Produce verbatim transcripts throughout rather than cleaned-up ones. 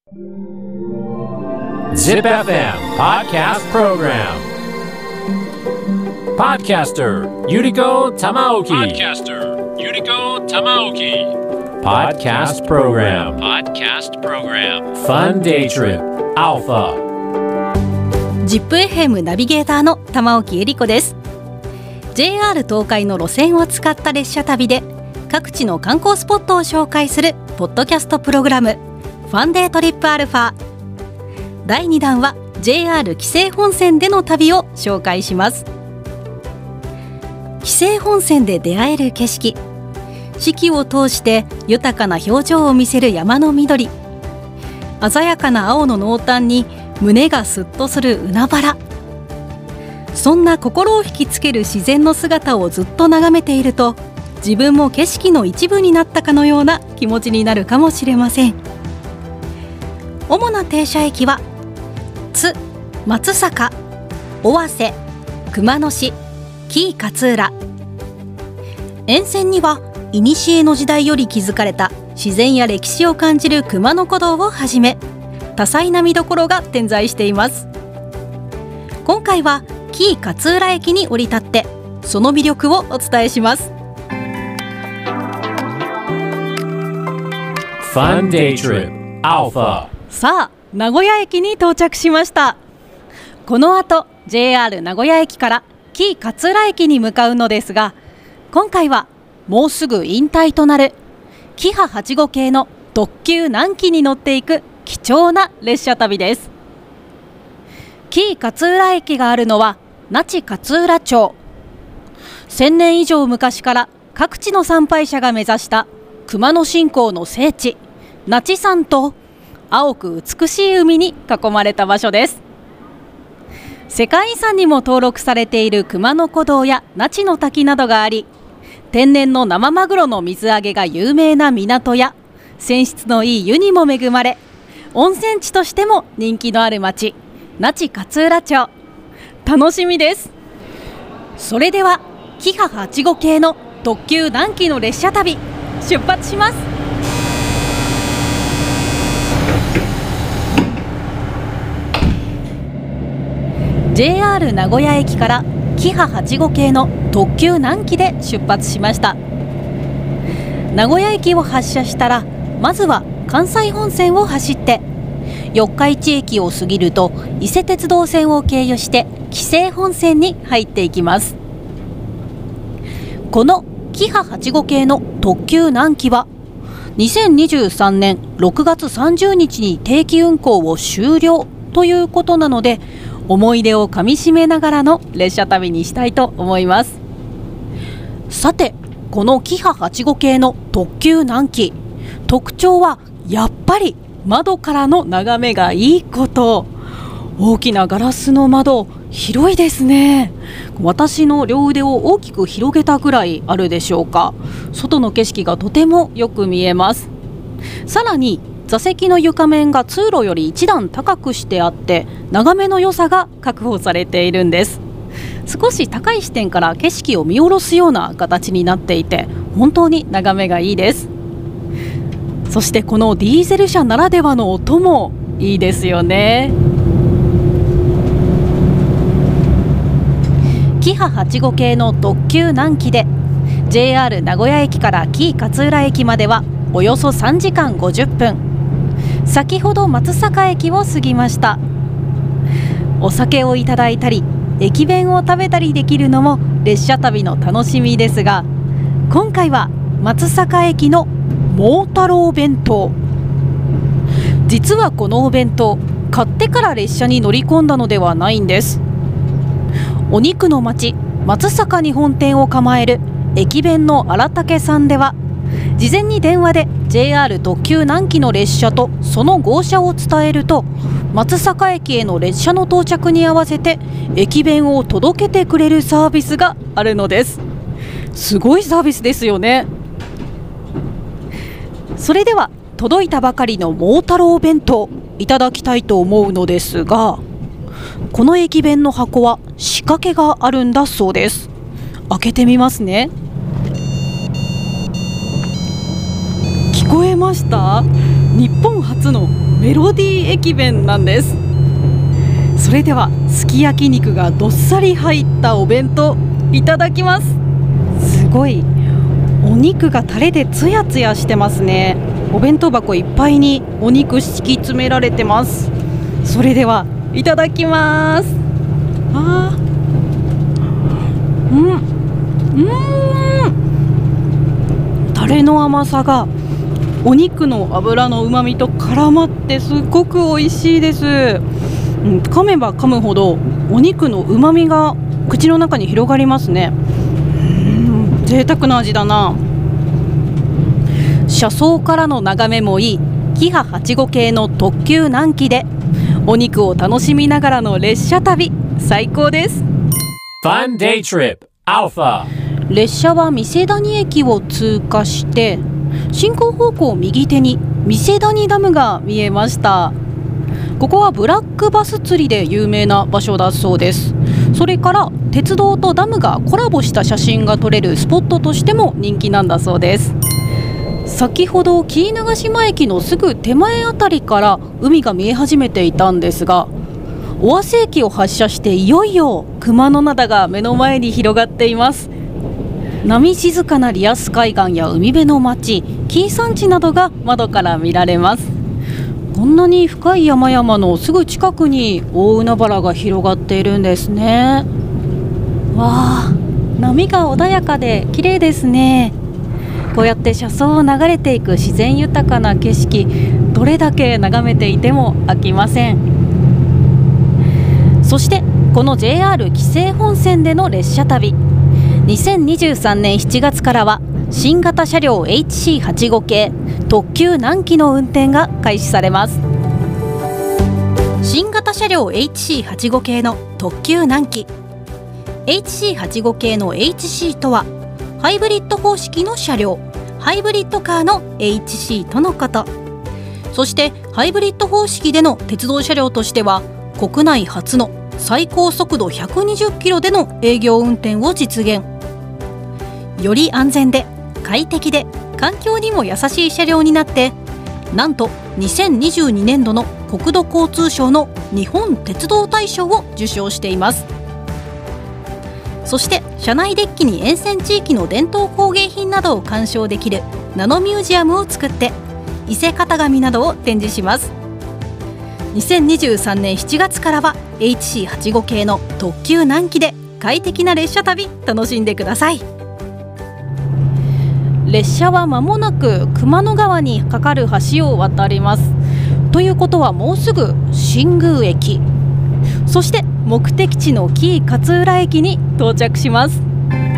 Zip エフエム Podcast Program Podcaster Yuriko Tamaoki Podcaster Yuriko Tamaoki Podcast Program Podcast Program Fun Day Trip Alpha ジップ エフエム ナビゲーターの玉置恵理子です。 ジェイアール 東海の路線を使った列車旅で各地の観光スポットを紹介するポッドキャストプログラムファンデートリップアルファ。だいにだんは ジェイアール 紀勢本線での旅を紹介します。紀勢本線で出会える景色、四季を通して豊かな表情を見せる山の緑、鮮やかな青の濃淡に胸がスッとする海原。そんな心を引きつける自然の姿をずっと眺めていると、自分も景色の一部になったかのような気持ちになるかもしれません。主な停車駅は津、松阪、尾鷲、熊野市、紀伊勝浦。沿線には古の時代より築かれた自然や歴史を感じる熊野古道をはじめ、多彩な見どころが点在しています。今回は紀伊勝浦駅に降り立ってその魅力をお伝えします。 Fun Day Trip Alpha。 さあ、名古屋駅に到着しました。この後 ジェイアール 名古屋駅から紀伊勝浦駅に向かうのですが、今回はもうすぐ引退となるキハはちじゅうご系の特急南紀に乗っていく貴重な列車旅です。紀伊勝浦駅があるのは那智勝浦町。せんねん以上昔から各地の参拝者が目指した熊野信仰の聖地那智山と青く美しい海に囲まれた場所です。世界遺産にも登録されている熊野古道や那智の滝などがあり、天然の生マグロの水揚げが有名な港や泉質のいい湯にも恵まれ、温泉地としても人気のある町那智勝浦町。楽しみです。それではキハはちじゅうご系の特急南紀の列車旅出発します。ジェイアール 名古屋駅からキハはちじゅうご系の特急南紀で出発しました。名古屋駅を発車したら、まずは関西本線を走って四日市駅を過ぎると伊勢鉄道線を経由して紀勢本線に入っていきます。このキハはちじゅうご系の特急南紀はにせんにじゅうさんねんろくがつさんじゅうにちに定期運行を終了ということなので、思い出をかみしめながらの列車旅にしたいと思います。さて、このキハはちじゅうご系の特急南紀、特徴はやっぱり窓からの眺めがいいこと。大きなガラスの窓、広いですね。私の両腕を大きく広げたくらいあるでしょうか。外の景色がとてもよく見えます。さらに座席の床面が通路より一段高くしてあって、眺めの良さが確保されているんです。少し高い視点から景色を見下ろすような形になっていて、本当に眺めがいいです。そしてこのディーゼル車ならではの音もいいですよね。キハはちじゅうご系の特急南紀で ジェイアール 名古屋駅から紀伊勝浦駅まではおよそさんじかんごじゅっぷん。先ほど松阪駅を過ぎました。お酒をいただいたり駅弁を食べたりできるのも列車旅の楽しみですが、今回は松阪駅の桃太郎弁当。実はこのお弁当、買ってから列車に乗り込んだのではないんです。お肉の町松阪に本店を構える駅弁の荒竹さんでは、事前に電話で ジェイアール 特急南紀の列車とその号車を伝えると、松阪駅への列車の到着に合わせて駅弁を届けてくれるサービスがあるのです。すごいサービスですよね。それでは届いたばかりの桃太郎弁当いただきたいと思うのですが、この駅弁の箱は仕掛けがあるんだそうです。開けてみますね。聞こえました？ 日本初のメロディー駅弁なんです。それではすき焼き肉がどっさり入ったお弁当いただきます。すごいお肉がタレでツヤツヤしてますね。お弁当箱いっぱいにお肉敷き詰められてます。それではいただきます。あーうんうんタレの甘さがお肉の脂のうまみと絡まってすごく美味しいです。うん、噛めば噛むほどお肉のうまみが口の中に広がりますね。うん贅沢な味だな。車窓からの眺めもいいキハはちじゅうご系の特急南紀でお肉を楽しみながらの列車旅最高です。 Fun Day Trip Alpha。 列車は三瀬谷駅を通過して進行方向右手に三瀬谷ダムが見えました。ここはブラックバス釣りで有名な場所だそうです。それから鉄道とダムがコラボした写真が撮れるスポットとしても人気なんだそうです。先ほど紀伊長島駅のすぐ手前あたりから海が見え始めていたんですが、尾鷲駅を発車していよいよ熊野灘が目の前に広がっています。波静かなリアス海岸や海辺の町紀伊山地などが窓から見られます。こんなに深い山々のすぐ近くに大海原が広がっているんですね。わあ、波が穏やかで綺麗ですね。こうやって車窓を流れていく自然豊かな景色、どれだけ眺めていても飽きません。そしてこの ジェイアール 紀勢本線での列車旅、にせんにじゅうさんねんしちがつからは新型車両 エイチシーはちじゅうご 系特急南紀の運転が開始されます。新型車両 エイチシーはちじゅうご 系の特急南紀、 エイチシーはちじゅうご 系の エイチシー とはハイブリッド方式の車両、ハイブリッドカーの エイチシー とのこと。そしてハイブリッド方式での鉄道車両としては国内初の最高速度ひゃくにじゅっキロでの営業運転を実現。より安全で快適で環境にも優しい車両になって、なんとにせんにじゅうにねんどの国土交通省の日本鉄道大賞を受賞しています。そして車内デッキに沿線地域の伝統工芸品などを鑑賞できるナノミュージアムを作って伊勢型紙などを展示します。にせんにじゅうさんねんしちがつからは エイチシーはちじゅうご 系の特急南紀で快適な列車旅楽しんでください。列車は間もなく熊野川に架かる橋を渡ります。ということはもうすぐ新宮駅、そして目的地の紀伊勝浦駅に到着します。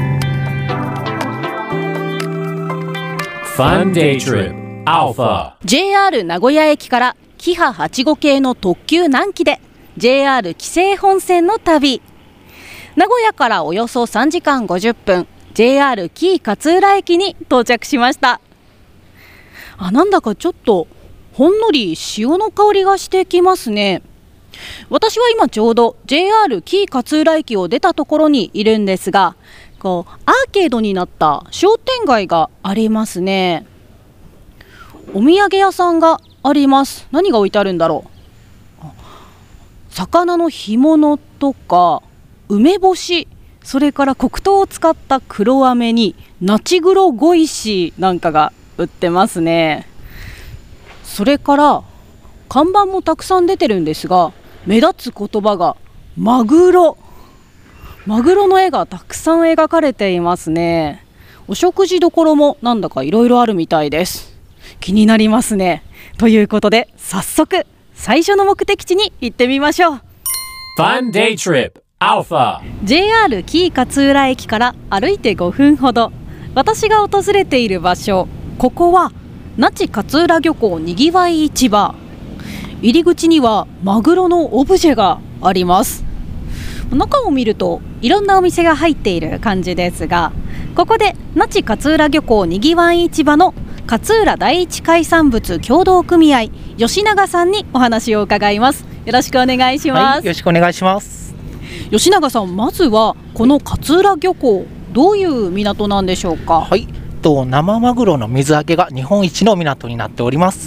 Fun Day Trip Alpha。 ジェイアール 名古屋駅からキハはちじゅうご系の特急南紀で ジェイアール 紀勢本線の旅。名古屋からおよそさんじかんごじゅっぷん、 ジェイアール 紀伊勝浦駅に到着しました。あ、なんだかちょっとほんのり潮の香りがしてきますね。私は今ちょうど ジェイアール 紀伊勝浦駅を出たところにいるんですが、こうアーケードになった商店街がありますね。お土産屋さんがあります。何が置いてあるんだろう。魚の干物とか梅干し、それから黒糖を使った黒飴にナチグロゴイシなんかが売ってますね。それから看板もたくさん出てるんですが、目立つ言葉がマグロ、マグロの絵がたくさん描かれていますね。お食事どころもなんだかいろいろあるみたいです。気になりますね。ということで早速最初の目的地に行ってみましょう。 Fun Day Trip Alpha。 ジェイアール 紀伊勝浦駅から歩いてごふんほど、私が訪れている場所、ここは那智勝浦漁港にぎわい市場。入り口にはマグロのオブジェがあります。中を見るといろんなお店が入っている感じですが、ここで那智勝浦漁港にぎわい市場の勝浦第一海産物協同組合吉永さんにお話を伺います。よろしくお願いします。 はい、よろしくお願いします。 吉永さん、まずはこの勝浦漁港、どういう港なんでしょうか。 はい、と生マグロの水揚げが日本一の港になっております。うん、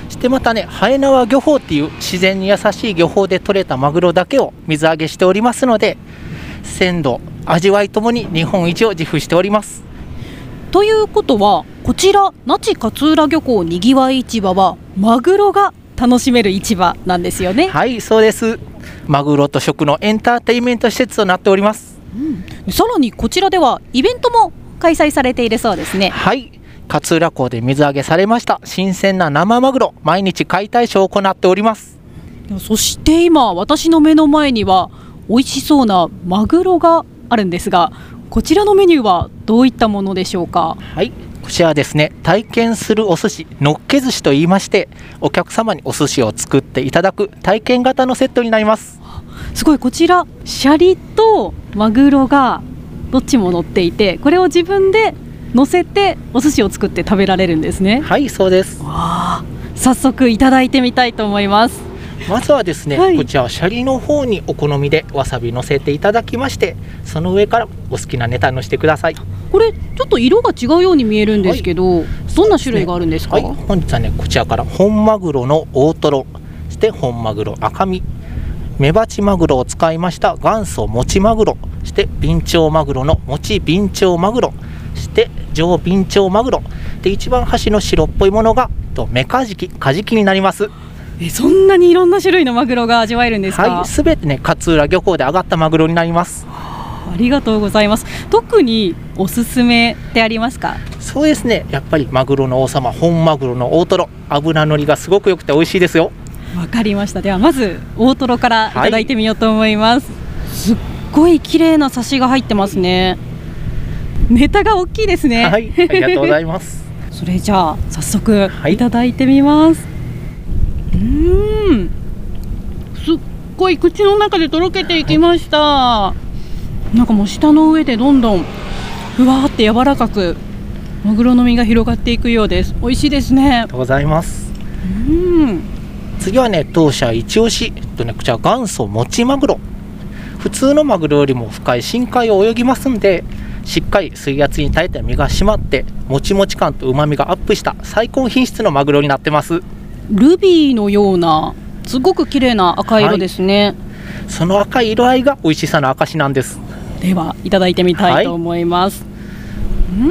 してまたね、はえなわ漁法っていう自然に優しい漁法で取れたマグロだけを水揚げしておりますので、鮮度、味わいともに日本一を自負しております。 ということは、こちら那智勝浦漁港にぎわい市場はマグロが楽しめる市場なんですよね。 はい、そうです。マグロと食のエンターテインメント施設となっております。 うん、さらにこちらではイベントも開催されているそうですね。 はい、勝浦港で水揚げされました新鮮な生マグロ、毎日解体ショーを行っております。 そして今私の目の前には美味しそうなマグロがあるんですが、こちらのメニューはどういったものでしょうか。 はい、こちらはですね、体験するお寿司、のっけ寿司といいまして、お客様にお寿司を作っていただく体験型のセットになります。 すごい、こちらシャリとマグロがどっちも乗っていて、これを自分で乗せてお寿司を作って食べられるんですね。 はい、そうです。 わあ、早速いただいてみたいと思います。 まずはですね、はい、こちらはシャリの方にお好みでわさび乗せていただきまして、その上からお好きなネタ乗せてください。 これちょっと色が違うように見えるんですけど、はい、どんな種類があるんですか。 はい、本日はね、こちらから本マグロの大トロ、そして本マグロ赤身、メバチマグロを使いました元祖もちマグロ、そしてビンチョウマグロのもちビンチョウマグロ、そして上ビンチョウマグロで、一番端の白っぽいものがとメカジキ、カジキになります。 え、そんなにいろんな種類のマグロが味わえるんですか。 はい、すべてね、勝浦漁港で揚がったマグロになります。 ありがとうございます。特におすすめってありますか。 そうですね、やっぱりマグロの王様、本マグロの大トロ、脂のりがすごく良くて美味しいですよ。 わかりました。ではまず大トロからいただいてみようと思います。はい、すっごい綺麗なサシが入ってますね。ネタが大きいですね。 はい、ありがとうございます。 それじゃあ早速いただいてみます。はい、うーん、すっごい口の中でとろけていきました。はい、なんかもう舌の上でどんどんふわーって柔らかくマグロの身が広がっていくようです。美味しいですね。 ありがとうございます。 うん、 次はね、当社一押しとね、こちら元祖もちマグロ。普通のマグロよりも深い深海を泳ぎますんで、しっかり水圧に耐えて身が締まってもちもち感とうまみがアップした最高品質のマグロになってます。 ルビーのようなすごく綺麗な赤色ですね。はい、 その赤い色合いが美味しさの証なんです。 ではいただいてみたいと思います。はい、うん、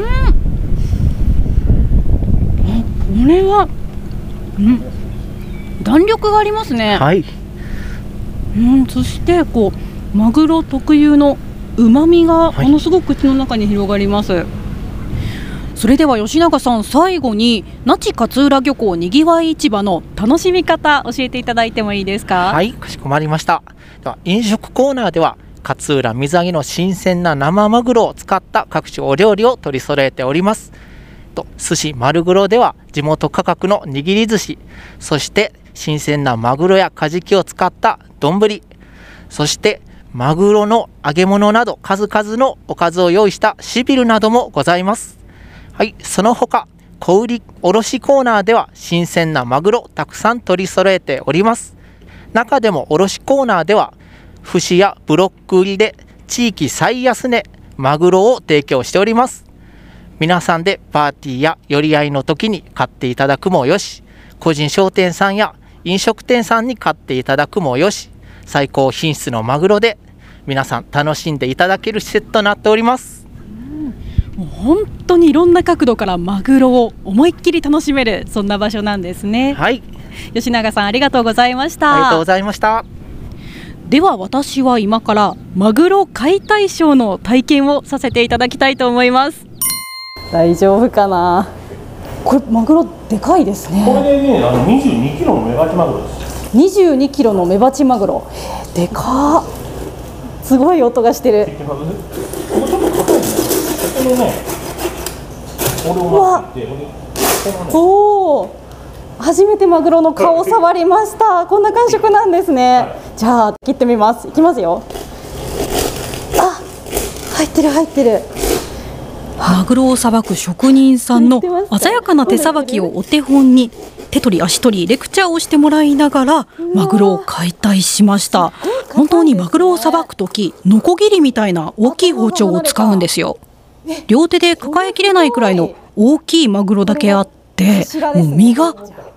これは、うん、弾力がありますね。 はい、 うん、そしてこうマグロ特有のうまみがものすごく口の中に広がります。はい、それでは吉永さん、最後に那智勝浦漁港にぎわい市場の楽しみ方教えていただいてもいいですか。 はい、かしこまりました。では飲食コーナーでは勝浦水揚げの新鮮な生マグロを使った各種お料理を取り揃えております。と寿司丸黒では地元価格の握り寿司、そして新鮮なマグロやカジキを使った丼、そしてマグロの揚げ物など数々のおかずを用意したシビルなどもございます。はい、その他小売卸コーナーでは新鮮なマグロたくさん取り揃えております。中でも卸コーナーでは節やブロック売りで地域最安値マグロを提供しております。皆さんでパーティーや寄り合いの時に買っていただくもよし、個人商店さんや飲食店さんに買っていただくもよし、最高品質のマグロで皆さん楽しんでいただける施設となっております。 うん、もう本当にいろんな角度からマグロを思いっきり楽しめる、そんな場所なんですね。 はい、 吉永さん、ありがとうございました。 ありがとうございました。 では私は今からマグロ解体ショーの体験をさせていただきたいと思います。大丈夫かな。これマグロでかいですね。 これでね、あのにじゅうにキロのメバチマグロです。 にじゅうにキロのメバチマグロ、でかー。すごい音がしてる。 ここちょっと硬いんだよ。ここのね、これを回っていって、 おお、初めてマグロの顔を触りました。こんな感触なんですね。はい、じゃあ切ってみます。いきますよ。あ、入ってる入ってる。マグロをさばく職人さんの鮮やかな手さばきをお手本に手取り足取りレクチャーをしてもらいながらマグロを解体しました。本当にマグロをさばくときノコギリみたいな大きい包丁を使うんですよ。両手で抱えきれないくらいの大きいマグロだけあって、もう身が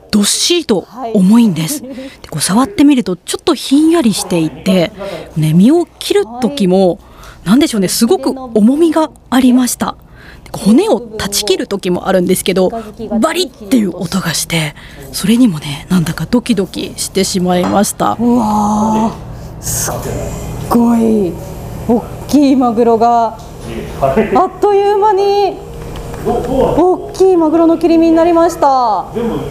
どっしりと重いんです。でこう触ってみるとちょっとひんやりしていて、ね、身を切る時もなんでしょうね、すごく重みがありました。骨を断ち切る時もあるんですけど、バリッっていう音がして、それにもねなんだかドキドキしてしまいました。 うわー、すっごい大きいマグロがあっという間に大きいマグロの切り身になりました。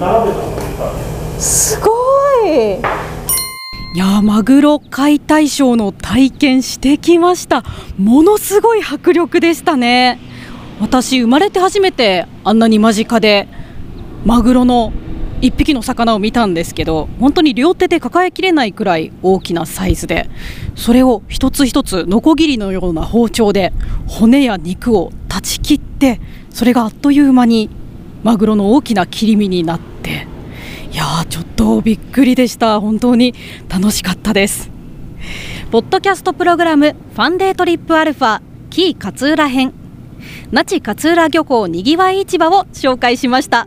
すごい。 いやマグロ解体ショーの体験してきました。ものすごい迫力でしたね。私生まれて初めてあんなに間近でマグロの一匹の魚を見たんですけど、本当に両手で抱えきれないくらい大きなサイズで、それを一つ一つノコギリのような包丁で骨や肉を断ち切って、それがあっという間にマグロの大きな切り身になって、いやーちょっとびっくりでした。本当に楽しかったです。ポッドキャストプログラムファンデートリップアルファ紀伊勝浦編、那智勝浦漁港にぎわい市場を紹介しました。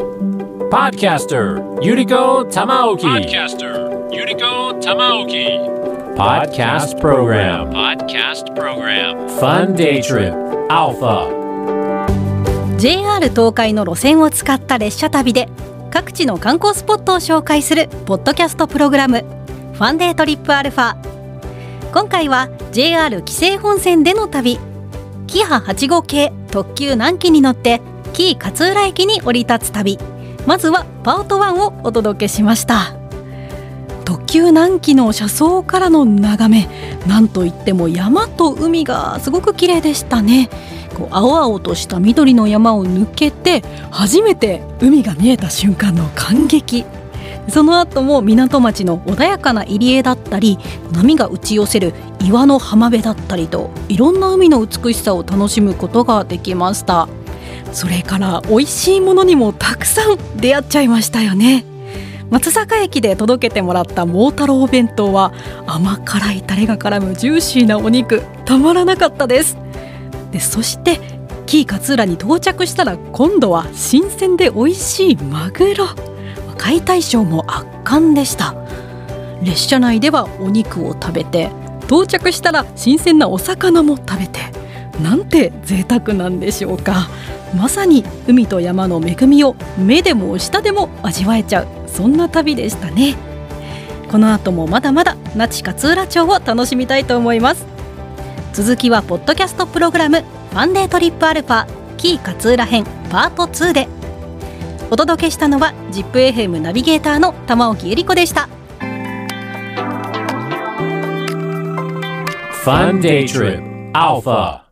Podcaster Yuriko Tamaoki. Podcaster Yuriko Tamaoki. Podcast program. Podcast program. Fun day trip Alpha. ジェイアール 東海の路線を使った列車旅で各地の観光スポットを紹介するポッドキャストプログラムファンデートリップアルファ。今回は ジェイアール 紀勢本線での旅、キハはちご系特急南紀に乗って紀伊勝浦駅に降り立つ旅、まずはパートワンをお届けしました。特急南紀の車窓からの眺め、なんといっても山と海がすごく綺麗でしたね。こう青々とした緑の山を抜けて初めて海が見えた瞬間の感激、その後も港町の穏やかな入り江だったり、波が打ち寄せる岩の浜辺だったりと、いろんな海の美しさを楽しむことができました。それから美味しいものにもたくさん出会っちゃいましたよね。松坂駅で届けてもらった桃太郎弁当は甘辛いタレが絡むジューシーなお肉、たまらなかったです。でそして紀伊勝浦に到着したら今度は新鮮で美味しいマグロ、解体ショーも圧巻でした。列車内ではお肉を食べて、到着したら新鮮なお魚も食べて、なんて贅沢なんでしょうか。まさに海と山の恵みを目でも舌でも味わえちゃう、そんな旅でしたね。この後もまだまだ那智勝浦町を楽しみたいと思います。続きはポッドキャストプログラムファンデートリップアルファ紀伊勝浦編パートツーでお届けしたのは ジップエフエム ナビゲーターの玉置ゆり子でした。 Fun day trip Alpha